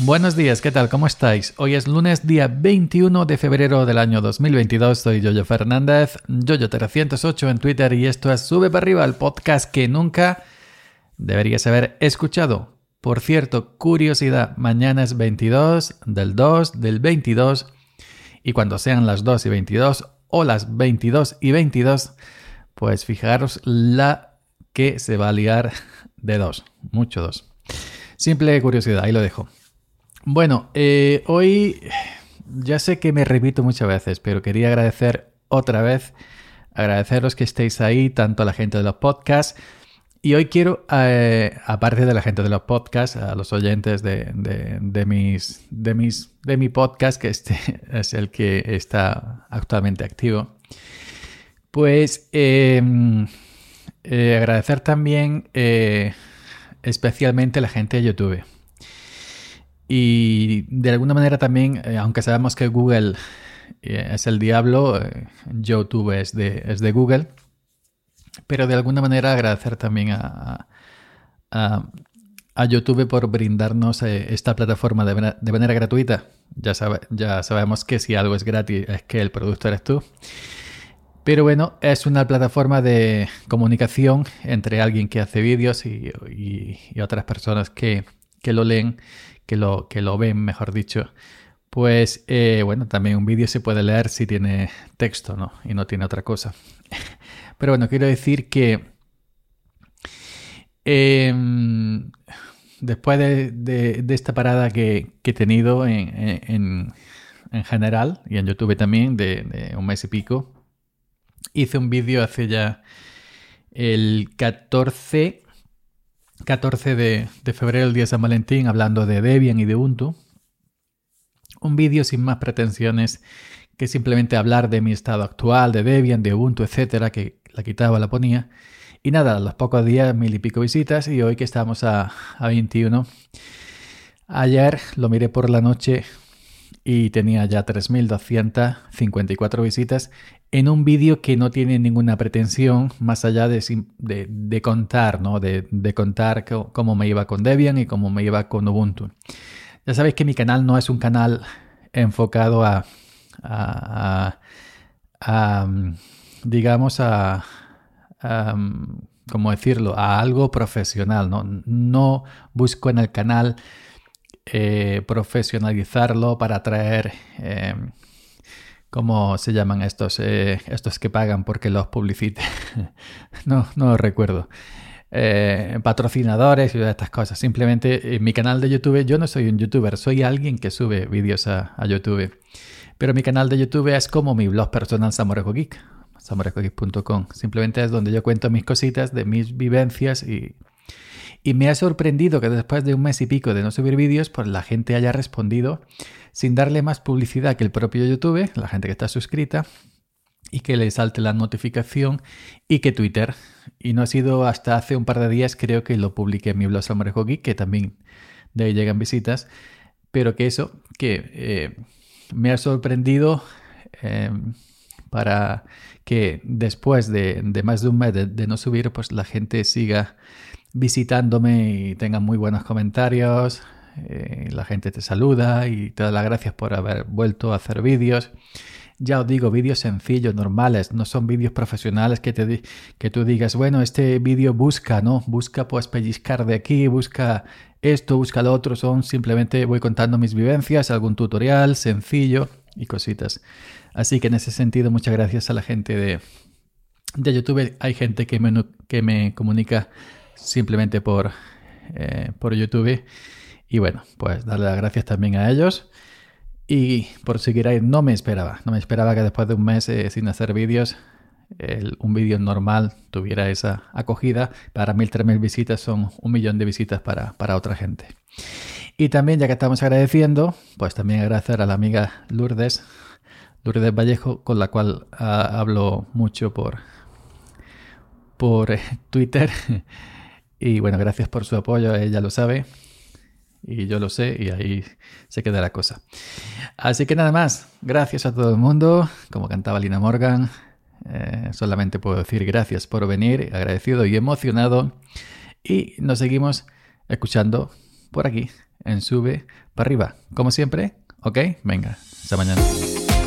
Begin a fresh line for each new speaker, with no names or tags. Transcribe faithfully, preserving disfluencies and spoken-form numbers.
Buenos días, ¿qué tal? ¿Cómo estáis? Hoy es lunes, día veintiuno de febrero del año dos mil veintidós. Soy Yoyo Fernández, Yoyo trescientos ocho en Twitter y esto es Sube para arriba, el podcast que nunca deberías haber escuchado. Por cierto, curiosidad, mañana es veintidós del dos del veintidós y cuando sean las dos y veintidós o las veintidós y veintidós, pues fijaros la que se va a liar de dos, mucho dos. Simple curiosidad, ahí lo dejo. Bueno, eh, hoy ya sé que me repito muchas veces, pero quería agradecer otra vez, agradeceros que estéis ahí, tanto a la gente de los podcasts. Y hoy quiero, eh, aparte de la gente de los podcasts, a los oyentes de, de, de, mis, de, mis, de mi podcast, que este es el que está actualmente activo, pues eh, eh, agradecer también eh, especialmente a la gente de YouTube. Y de alguna manera también, eh, aunque sabemos que Google eh, es el diablo, eh, YouTube es de, es de Google, pero de alguna manera agradecer también a, a, a YouTube por brindarnos eh, esta plataforma de, manera, de manera gratuita. Ya, sabe, ya sabemos que si algo es gratis es que el producto eres tú. Pero bueno, es una plataforma de comunicación entre alguien que hace vídeos y, y, y otras personas que, que lo leen. Que lo, que lo ven, mejor dicho, pues eh, bueno, también un vídeo se puede leer si tiene texto, ¿no? Y no tiene otra cosa. Pero bueno, quiero decir que eh, después de, de, de esta parada que, que he tenido en, en, en general y en YouTube también de, de un mes y pico, hice un vídeo hace ya el catorce... catorce de, de febrero, el día de San Valentín, hablando de Debian y de Ubuntu. Un vídeo sin más pretensiones que simplemente hablar de mi estado actual, de Debian, de Ubuntu, etcétera, que la quitaba, la ponía. Y nada, a los pocos días, mil y pico visitas, y hoy que estamos a, a veintiuno. Ayer lo miré por la noche y tenía ya tres mil doscientas cincuenta y cuatro visitas en un vídeo que no tiene ninguna pretensión más allá de, de, de contar, ¿no? De, de contar cómo me iba con Debian y cómo me iba con Ubuntu. Ya sabéis que mi canal no es un canal enfocado a, a, a, a digamos, a, a, ¿cómo decirlo? A algo profesional, ¿no? No busco en el canal Eh, profesionalizarlo para atraer, eh, ¿cómo se llaman estos? Eh, estos que pagan porque los publicite. no, no lo recuerdo. Eh, patrocinadores y estas cosas. Simplemente en mi canal de YouTube, yo no soy un youtuber, soy alguien que sube vídeos a, a YouTube. Pero mi canal de YouTube es como mi blog personal Samorejo Geek, samorejo geek punto com. Simplemente es donde yo cuento mis cositas de mis vivencias y Y me ha sorprendido que después de un mes y pico de no subir vídeos, pues la gente haya respondido sin darle más publicidad que el propio YouTube, la gente que está suscrita, y que le salte la notificación, y que Twitter. Y no ha sido hasta hace un par de días, creo que lo publiqué en mi blog Samorejo Geek, que también de ahí llegan visitas, pero que eso, que eh, me ha sorprendido eh, para que después de, de más de un mes de, de no subir, pues la gente siga visitándome y tengan muy buenos comentarios, eh, la gente te saluda y te da las gracias por haber vuelto a hacer vídeos. Ya os digo, vídeos sencillos, normales, no son vídeos profesionales que, te, que tú digas, bueno, este vídeo busca, ¿no? Busca pues pellizcar de aquí, busca esto, busca lo otro, son simplemente voy contando mis vivencias, algún tutorial sencillo y cositas. Así que en ese sentido, muchas gracias a la gente de, de YouTube. Hay gente que me, que me comunica simplemente por, eh, por YouTube y bueno, pues darle las gracias también a ellos y por seguir ahí. No me esperaba, no me esperaba que después de un mes eh, sin hacer vídeos, el, un vídeo normal tuviera esa acogida. Para mil, tres mil visitas son un millón de visitas para, para otra gente. Y también, ya que estamos agradeciendo, pues también agradecer a la amiga Lourdes Lourdes Vallejo, con la cual uh, hablo mucho por, por eh, Twitter. Y bueno, gracias por su apoyo, ella lo sabe y yo lo sé y ahí se queda la cosa. Así que nada más, gracias a todo el mundo, como cantaba Lina Morgan, eh, solamente puedo decir gracias por venir, agradecido y emocionado y nos seguimos escuchando por aquí en Sube para arriba. Como siempre, ¿ok? Venga, hasta mañana.